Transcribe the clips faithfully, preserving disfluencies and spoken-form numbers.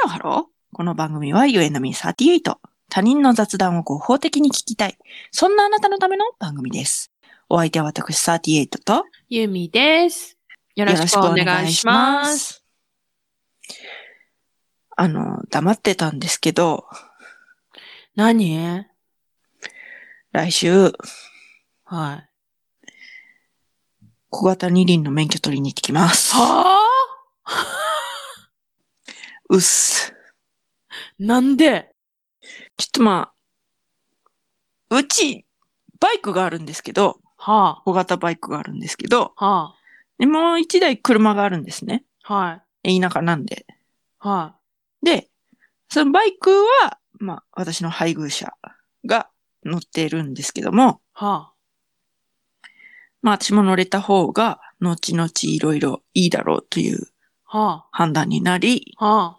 ロハロー。この番組は ユーエヌエムイーサーティーエイト。他人の雑談を合法的に聞きたい。そんなあなたのための番組です。お相手は私サーティーエイトとユミです。よろしくお願いします。 あの、黙ってたんですけど。 何？ 来週。 はい。 小型二輪の免許取りに行ってきます。 はぁうっす。 なんで？ ちょっとまあ、うち、バイクがあるんですけど、 はぁ、 小型バイクがあるんですけど、 はぁ、 でもう一台車があるんですね。 はい。 田舎なんで。 はい。 で、そのバイクは、まあ、私の配偶者が乗っているんですけども、 はぁ、 まあ、私も乗れた方が、後々いろいろいいだろうという判断になり、 はぁ、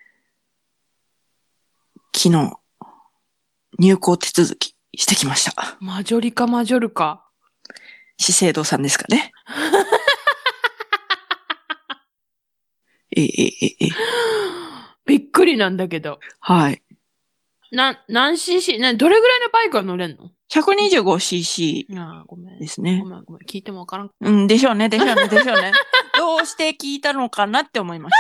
昨日、入校手続きしてきました。 マジョリかマジョルか。 資生堂さんですかね。ええええええ。 びっくりなんだけど。 はい。 な、何 シーシー？ な、どれぐらいのバイクは乗れんの？ ひゃくにじゅうごシーシーああ、ごめん。 ですね。 ごめん、ごめん。聞いてもわからん。 うん、でしょうね、でしょうね、でしょうね。どうして聞いたのかなって思いました。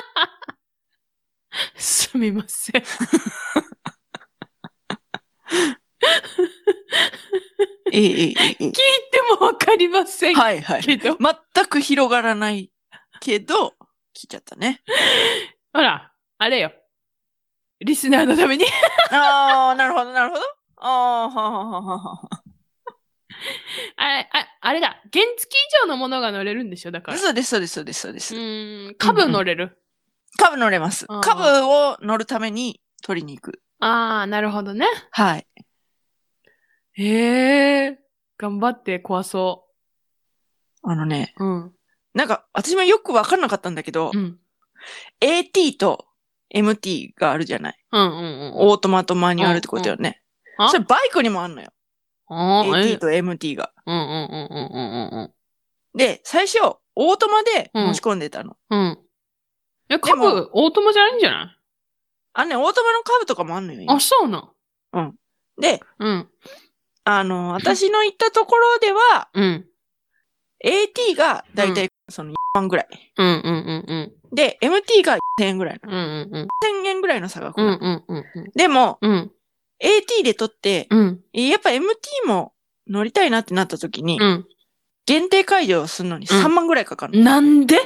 すみません。 ええええええ。 聞いてもわかりません。 はいはい。 けど。 全く広がらないけど、聞いちゃったね。 ほら、あれよ。リスナーのために。 ああ、なるほど、なるほど。ああ、ははははは。 あれ、あ、あれだ。原付以上のものが乗れるんでしょだから。 そうです、そうです、そうです、そうです。 うーん、株乗れる、うんうん、 株乗れます。株を乗るために取りに行く。 ああ、なるほどね。 はい。 へえ、頑張って怖そう。 あのね、 うん。 なんか、私もよくわかんなかったんだけど、うん、エーティー と エムティー があるじゃない。 うんうんうん。 オートマとマニュアルってことよね。うんうん、それバイクにもあんのよ。エーティー と エムティー が。 うんうんうんうんうんうん。 で、最初、オートマで申し込んでたの。 うん。うん、え、株、オートマじゃないんじゃない？ あ、ね、オートマの株とかもあんのよ。 今あ、そうな。 うん。で、 うん。 あの、私の行ったところでは、 うん。 エーティー がだいたいそのいちまんぐらい。 うんうんうんうん。 で、エムティー がせんえんぐらいなの。 うんうんうん。 せんえんぐらいの差が来る。 うんうんうんうん。 でも、 うん、 エーティー で取って、うん、やっぱ エムティー も乗りたいなってなった時に、うん、限定解除をするのにさんまんぐらいかかるの。 うん、なんで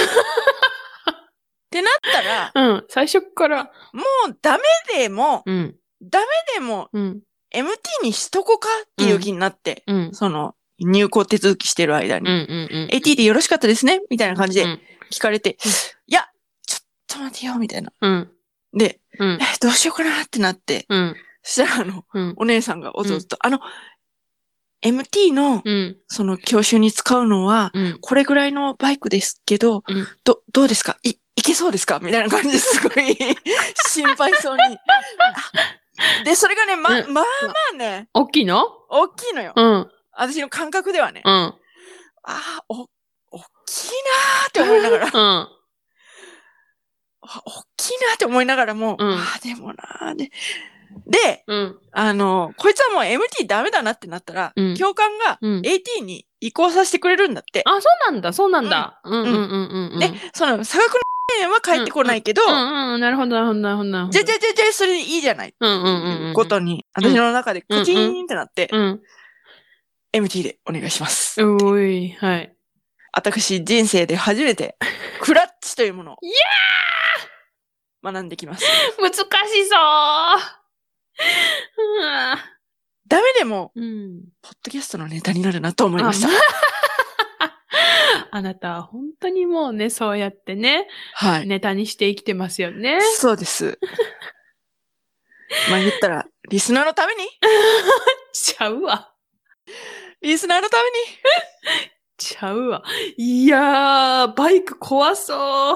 ってなったら、 うん、最初から。 もうダメでも、 うん、 ダメでも、うん、エムティー にしとこかっていう気になって、うん、その、入校手続きしてる間に、うんうんうん、エーティー でよろしかったですねみたいな感じで聞かれて、うん、いや、ちょっと待てよみたいな。うん、で、うん、え、どうしようかなってなって、うん、そしたらあの、うん、お姉さんがおぞおぞと、うん、あの、エムティー の、うん、その教習に使うのは、うん、これぐらいのバイクですけど、うん、ど、どうですか？い、いけそうですか？みたいな感じですごい心配そうに。で、それがね、ま、うん、まあまあね。 大きいの？ 大きいのよ。うん。私の感覚ではね。 うん。 ああ、お、大きいなーって思いながら。うん。大きいなーって思いながらも、うん、ああ、でもなーで。で、うん、あの、こいつはもう エムティー ダメだなってなったら、うん、教官が エーティー に移行させてくれるんだって。 あ、そうなんだ、そうなんだ。うん、うん、うん、うん。 で、その、差額の円は返ってこないけど、 うん、うん、うん、なるほど、なるほど、なるほど、なるほど。 じゃじゃじゃじゃ、それでいいじゃない。うん、うん、うん。ことに、私の中でカチーンってなって、うん、エムティー でお願いします。 おい、はい。 私、人生で初めて、クラッチというものを、 いやー学んできます。 難しそうダメでも、うん、ポッドキャストのネタになるなと思いました。 あなたは本当にもうね、そうやってね、 はい、 ネタにして生きてますよね。 そうです。まあ言ったら、リスナーのためにちゃうわ。 リスナーのためにちゃうわ。いやー、バイク怖そう。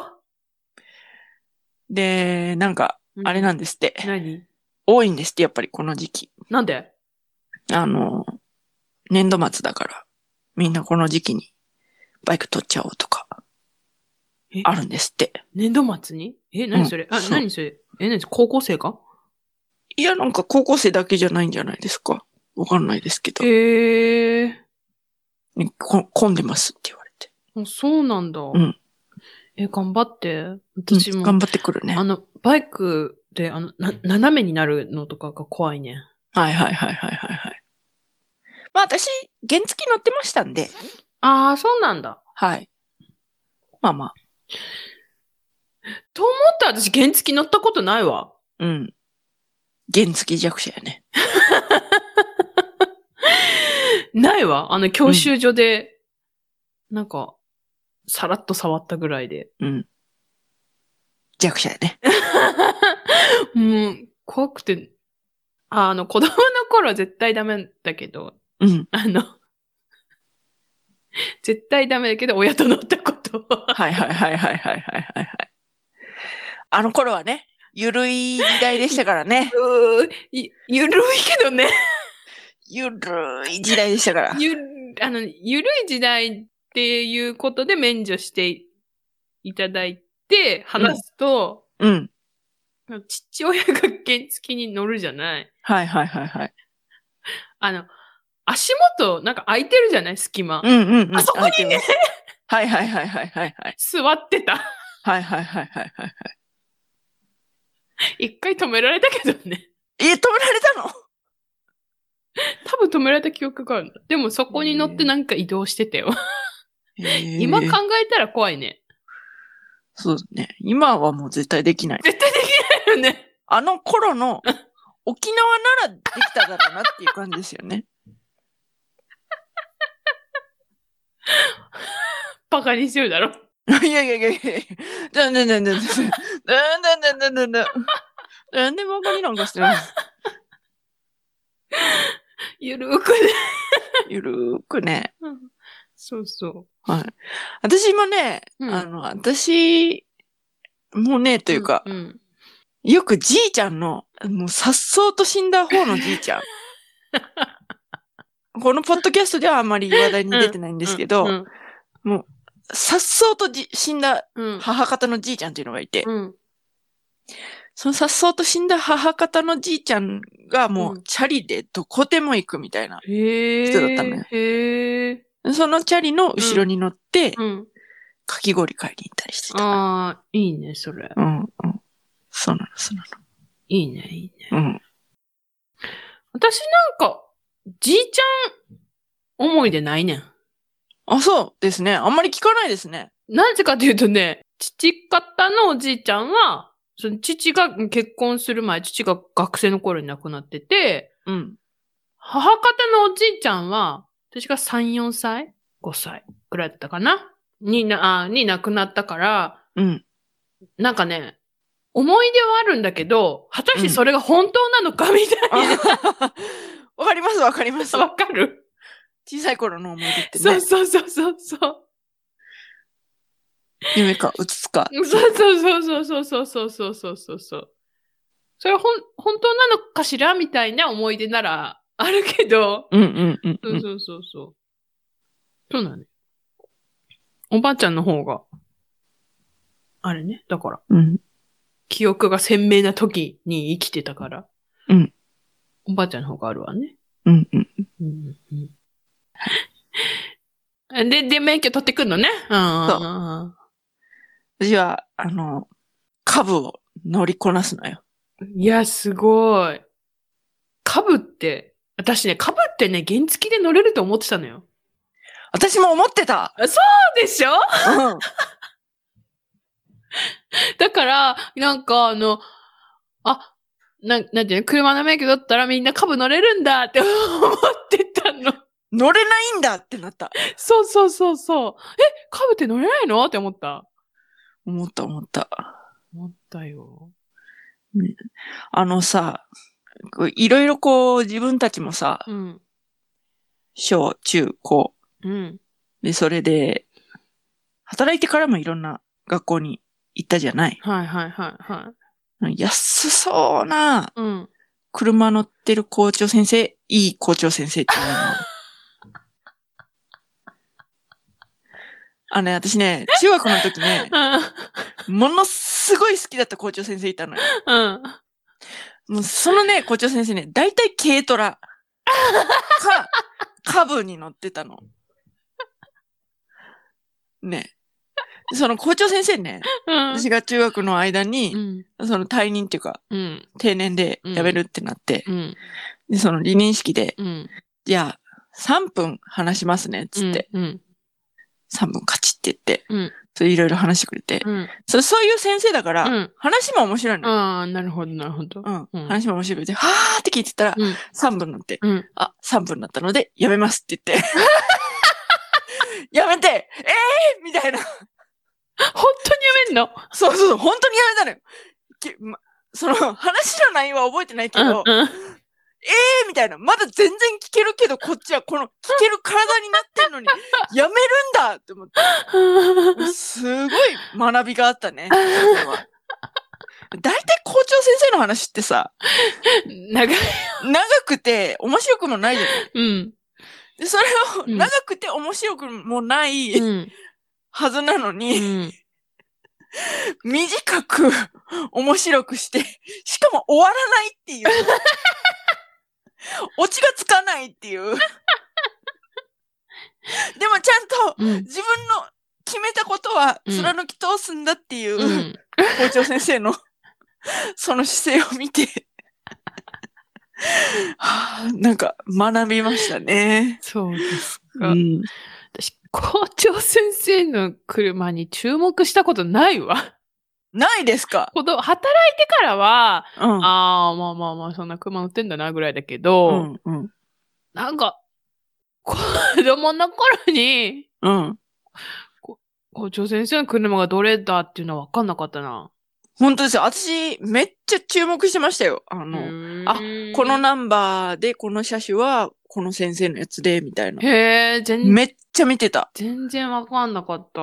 で、なんか、あれなんですって。 うん、何？ 多いんですって、やっぱりこの時期。 なんで？ あの、年度末だから、みんなこの時期にバイク取っちゃおうとか、 あるんですって。 年度末にえ、何それ、うん、あ、何それえ、何高校生かいや、なんか高校生だけじゃないんじゃないですか。わかんないですけど。 へえー。 ね、こ混んでますって言われて。 あ、そうなんだ。 うん。 え、頑張って。私も、うん。 頑張ってくるね。 あの、バイクで、あの、な、斜めになるのとかが怖いね。 はいはいはいはいはいはい。まあ私、原付乗ってましたんで。 ああ、そうなんだ。 はい。まあまあ。 と思ったら私原付乗ったことないわ。 うん。原付弱者やね。 ないわ。あの、教習所で、うん、なんか、さらっと触ったぐらいで。 うん。弱者やね。 もう、怖くて、あの、子供の頃は絶対ダメだけど、 うん。 あの、絶対ダメだけど、親と乗ったこと。 はいはいはいはいはいはいはい。あの頃はね、ゆるい時代でしたからね。 うゆ、ゆるいけどね。 ゆるい時代でしたから。 ゆ、あの、ゆるい時代っていうことで免除していただいて話すと、 うん。 うん、父親が原付に乗るじゃない。 はいはいはいはい。 あの、足元、なんか空いてるじゃない隙間。 うんうんうん。 あそこにね。 はいはいはいはいはいはい。 座ってた。 はいはいはいはいはい。 一回止められたけどね。 え、止められたの？ 多分止められた記憶があるんだ。でもそこに乗ってなんか移動してたよ。今考えたら怖いね。 そうね。今はもう絶対できない。 絶対できないよね。 あの頃の沖縄ならできただろうなっていう感じですよね。 バカにしてるだろ。 いやいやいやいやいや。なんでなんでなんでなんでなんでなんでなんでバカになんかしてるの？ ゆるーくね。 ゆるーくね。 うん、そうそう。 はい。私今ね、うん、あの、私もね、というか、うんうん、よくじいちゃんの、もうさっそうと死んだ方のじいちゃん。このポッドキャストではあんまり話題に出てないんですけど、うんうんうん、もう、さっそうとじ死んだ母方のじいちゃんというのがいて、うん、そのさっそうと死んだ母方のじいちゃんがもうチャリでどこでも行くみたいな人だったのよ。へー。そのチャリの後ろに乗って、うんうん、かき氷買いに行ったりしてた。 ああ、いいね、それ。 うんうん。そうなの、そうなの。 いいね、いいね。うん。私なんか、じいちゃん思い出ないねん。 あ、そうですね。あんまり聞かないですね。 なぜかというとね、父方のおじいちゃんは、その父が結婚する前、父が学生の頃に亡くなってて、うん。母方のおじいちゃんは、私がさん、よんさい ?ご 歳くらいだったかなにな、あ、に亡くなったから、うん。なんかね、思い出はあるんだけど、果たしてそれが本当なのかみたいな。 わかりますわかります。 わかる？ 小さい頃の思い出ってね。 そうそうそうそうそう。 夢か、うつつか。 そうそうそうそうそうそうそうそうそうそう。それはほん、本当なのかしらみたいな思い出ならあるけど。 うんうんうん、 うん。そうそうそうそう。そうだね。おばあちゃんの方が、あれね、だから。うん。記憶が鮮明な時に生きてたから。うん。おばあちゃんの方があるわね。うんうん。うんうん、で、で、免許取ってくんのね。うん。そう。 私は、あの、株を乗りこなすのよ。 いや、すごい。株って、私ね、株ってね、原付で乗れると思ってたのよ。 私も思ってた。 そうでしょ？ うん。 だから、なんかあの、あ、な、なんていうの、車の免許取ったらみんな株乗れるんだって思ってたの。 乗れないんだってなった。 そうそうそうそう。え、株って乗れないのって思った。 思った思った。 思ったよ。 ね、あのさ、いろいろこう自分たちもさ、うん、小、中、高、うん、で、それで、働いてからもいろんな学校に行ったじゃない。 はいはいはいはい。 安そうな、うん、車乗ってる校長先生、いい校長先生っていうの。 あのね、私ね、中学の時ね、ものすごい好きだった校長先生いたのよ。うん。もうそのね、校長先生ね、だいたい軽トラか、株に乗ってたの。ね。その校長先生ね、うん、私が中学の間に、うん、その退任っていうか、うん、定年で辞めるってなって、うん、でその離任式で、うん、じゃあさんぷん話しますね、つって、うんうん、さんぷんカチって言って、うん、それいろいろ話してくれて、うん、そ、そういう先生だから、うん、話も面白いのよ。 ああ、なるほど、なるほど。 うん。うん、話も面白くて、はーって聞いてたら、うん、さんぷんになって、うん、あ、さんぷんになったので、やめますって言って。やめてえーみたいな。 本当にやめんの？ そうそうそう、本当にやめたのよ。きま、その、話の内容は覚えてないけど、うんうん、えーみたいな。まだ全然聞けるけど、こっちはこの聞ける体になってんのに、やめるんだって思って。すごい学びがあったね。だいたい校長先生の話ってさ、 長い。 長くて面白くもないじゃない。うん。で、それを長くて面白くもない、うん、はずなのに、うん、短く面白くして、しかも終わらないっていう。オチがつかないっていう。でもちゃんと自分の決めたことは貫き通すんだっていう、うん、校長先生のその姿勢を見て、はあ、なんか学びましたね。 そうですか。うん、私、校長先生の車に注目したことないわ。 ないですか？ 働いてからは、うん、ああ、まあまあまあ、そんな車乗ってんだなぐらいだけど、うんうん、なんか、子供の頃に、うん、校長先生の車がどれだっていうのは分かんなかったな。 本当ですよ。私、めっちゃ注目してましたよ。あの、あ、このナンバーで、この車種は、この先生のやつで、みたいな。 へー、全然。 めっちゃ見てた。 全然分かんなかった。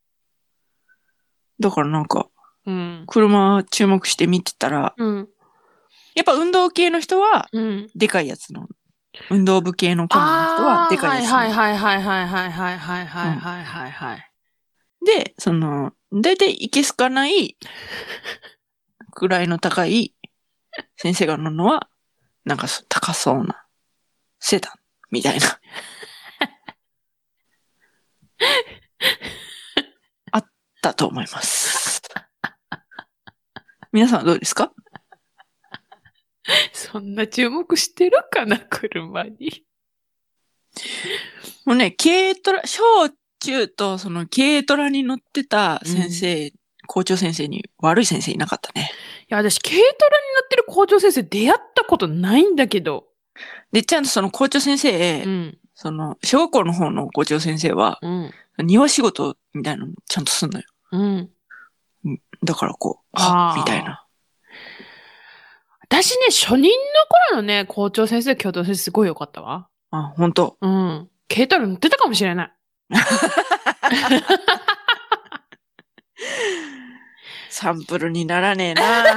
だからなんか、うん、車注目して見てたら、うん、やっぱ運動系の人は、うん、でかいやつの。運動部系の子の人は、でかいやつの。 はいはいはいはいはいはいはいはいはいはいはい。 で、その、だいたいいけすかないくらいの高い先生が乗るのは、なんか高そうなセダンみたいな。あったと思います。皆さんはどうですか？ そんな注目してるかな、車に。 もうね、軽トラ、小中とその軽トラに乗ってた先生、うん、校長先生に悪い先生いなかったね。 いや、私、軽トラに乗ってる校長先生出会ったことないんだけど。 で、ちゃんとその校長先生、うん、その、小学校の方の校長先生は、うん、庭仕事みたいなのちゃんとすんのよ。うん。だからこう、はみたいな。 私ね、初任の頃のね、校長先生、教頭先生すごい良かったわ。 あ、ほんと？ うん。軽トラ乗ってたかもしれない。 サンプルにならねえな。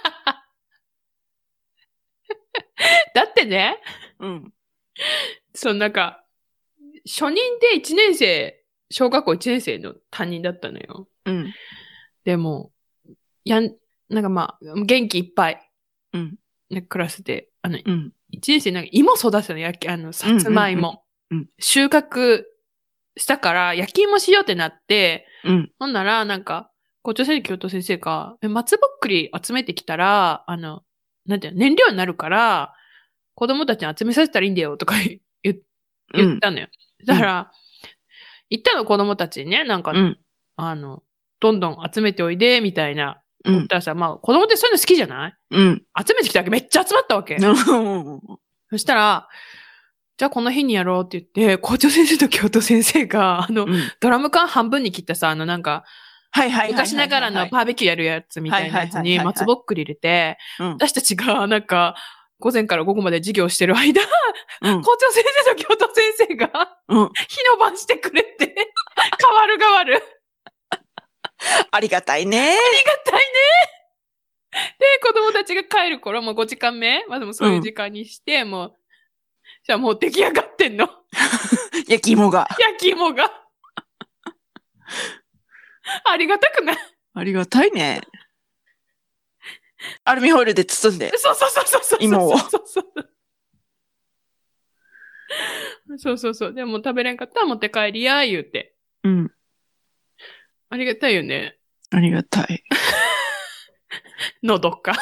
だってね、うん。そのなんか、初任でいちねん生、小学校いちねん生の担任だったのよ。うん。でも、やん、なんかまあ、元気いっぱい。うん。ね、クラスで、あの、うん。いちねん生なんか芋育てたの、焼き、あの、さつまいも。うんうんうん。収穫したから、焼き芋しようってなって、うん。ほんなら、なんか、校長先生、教頭先生が、松ぼっくり集めてきたら、あの、なんていうの、燃料になるから、子供たちに集めさせたらいいんだよ、とか言, 言ったのよ。うん、だから、うん、言ったの子供たちにね、なんか、うん、あの、どんどん集めておいで、みたいな。うん。言ったらさ、まあ、子供ってそういうの好きじゃない？うん。集めてきたわけ、めっちゃ集まったわけ。そしたら、じゃあこの日にやろうって言って、校長先生と教頭先生が、あの、うん、ドラム缶半分に切ったさ、あのなんか、はいはいはい。昔ながらのバーベキューやるやつみたいなやつに松ぼっくり入れて、私たちがなんか、午前から午後まで授業してる間、うん、校長先生と教頭先生が、うん、火の番してくれて、変わる変わる。 ありがたいね。ありがたいね。で、子供たちが帰る頃、もうごじかんめ、まあでもそういう時間にして、うん、もう、じゃあもう出来上がってんの。 焼き芋が。 焼き芋が。 ありがたくない？ ありがたいね。アルミホイルで包んで。 そうそうそうそうそう。 芋を。 そうそうそうそうそう。でも食べれんかったら持って帰りや、言うて。 うん。 ありがたいよね。 ありがたい。 のどっか。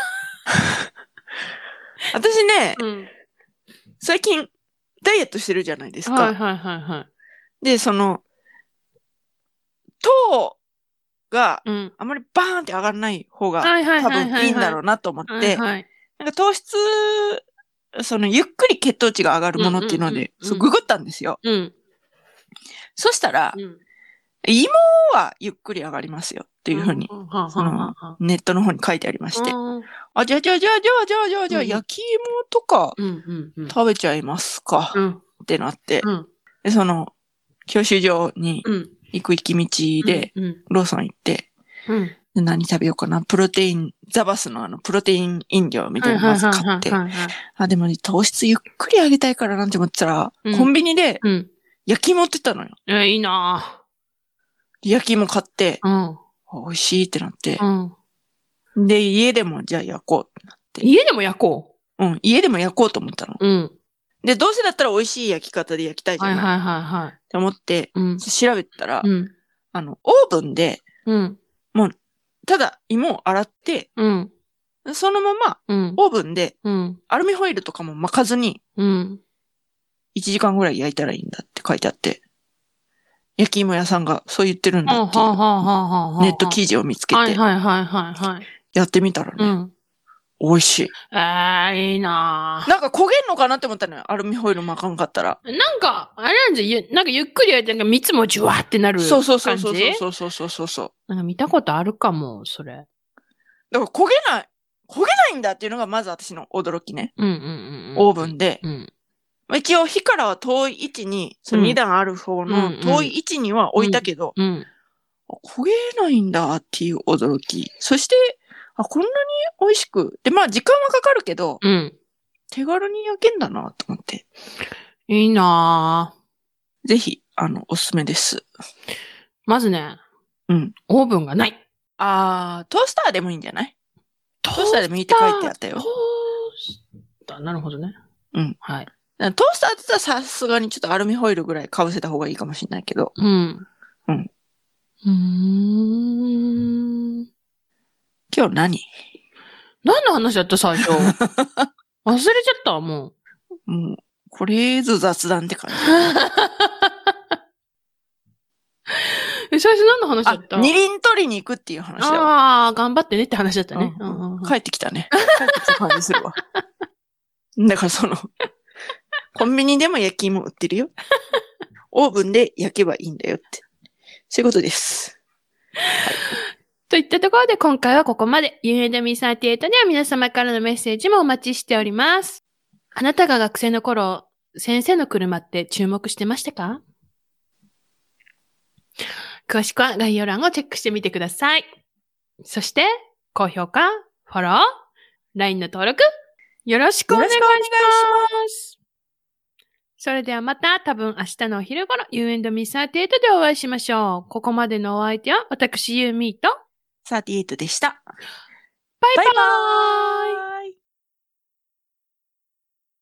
私ね、 うん、 最近ダイエットしてるじゃないですか。 はいはいはいはい。で、 その、糖があまりバーンって上がらない方が多分いいんだろうなと思って、なんか糖質、そのゆっくり血糖値が上がるものっていうので、そうググったんですよ。うん、そしたら、うん、芋はゆっくり上がりますよっていうふうに、そのネットの方に書いてありまして。あ、じゃあじゃあじゃあじゃあじゃあじゃあじゃあ焼き芋とか食べちゃいますかってなって、で、その教習所に行く行き道でローソン行って、で何食べようかな、プロテイン、ザバスのあのプロテイン飲料みたいなのまず買って、あ、でもね、糖質ゆっくり上げたいからなんて思ってたら、コンビニで焼き芋って言ったのよ。 え、いいなぁ。 焼き芋買って、うん、美味しいってなって、うん、で、家でもじゃあ焼こうってなって。 家でも焼こううん、家でも焼こうと思ったの。うん。で、どうせだったら美味しい焼き方で焼きたいじゃない。はいはいはいはい。って思って、うん、調べたら、うん、あの、オーブンで、うん、もう、ただ芋を洗って、うん、そのまま、うん、オーブンで、うん、アルミホイルとかも巻かずに、うん、いちじかんぐらい焼いたらいいんだって書いてあって、焼き芋屋さんがそう言ってるんだっていうネット記事を見つけて、やってみたらね、うん、美味しい。 えー、いいなぁ。 なんか焦げんのかなって思ったのよ。アルミホイル巻かんかったら。 なんか、あれなんじゃ、なんかゆっくり焼いて、なんか蜜もジュワーってなる感じ。 そうそうそうそうそうそうそうそう。 なんか見たことあるかも、それ。 だから焦げない、焦げないんだっていうのがまず私の驚きね。うんうんうん、オーブンで。うん一応火からは遠い位置に、そのに段ある方の遠い位置には置いたけど、うんうん、焦げないんだっていう驚き。そして、あ、こんなに美味しく。で、まあ時間はかかるけど、うん、手軽に焼けんだなと思って。 いいなぁ。 ぜひ、あの、おすすめです。 まずね、うん。オーブンがない。 あー、トースターでもいいんじゃない？トースターでもいいって書いてあったよ。トースター、なるほどね。 うん。はい。トースターだったらさすがにちょっとアルミホイルぐらいかぶせた方がいいかもしれないけど。うん。うん。うーん。今日何何の話だった最初。忘れちゃったもう。もう、これぞ雑談って感じ。 え、最初何の話だった？ 二輪取りに行くっていう話だよ。 ああ、頑張ってねって話だったね。うんうんうん、帰ってきたね。帰ってきた感じするわ。だからその、コンビニでも焼き芋売ってるよ。オーブンで焼けばいいんだよって。そういうことです。 はい、といったところで今回はここまで。ユーエンドミーサーティエイト では皆様からのメッセージもお待ちしております。あなたが学生の頃、先生の車って注目してましたか？詳しくは概要欄をチェックしてみてください。そして、高評価、フォロー、ライン の登録、よろしくお願いします。それではまた多分明日のお昼頃 ユーエンドミーサーティエイト でお会いしましょう。ここまでのお相手は私ユーミーとサーティエイトでした。 バイバーイ。バイバーイ。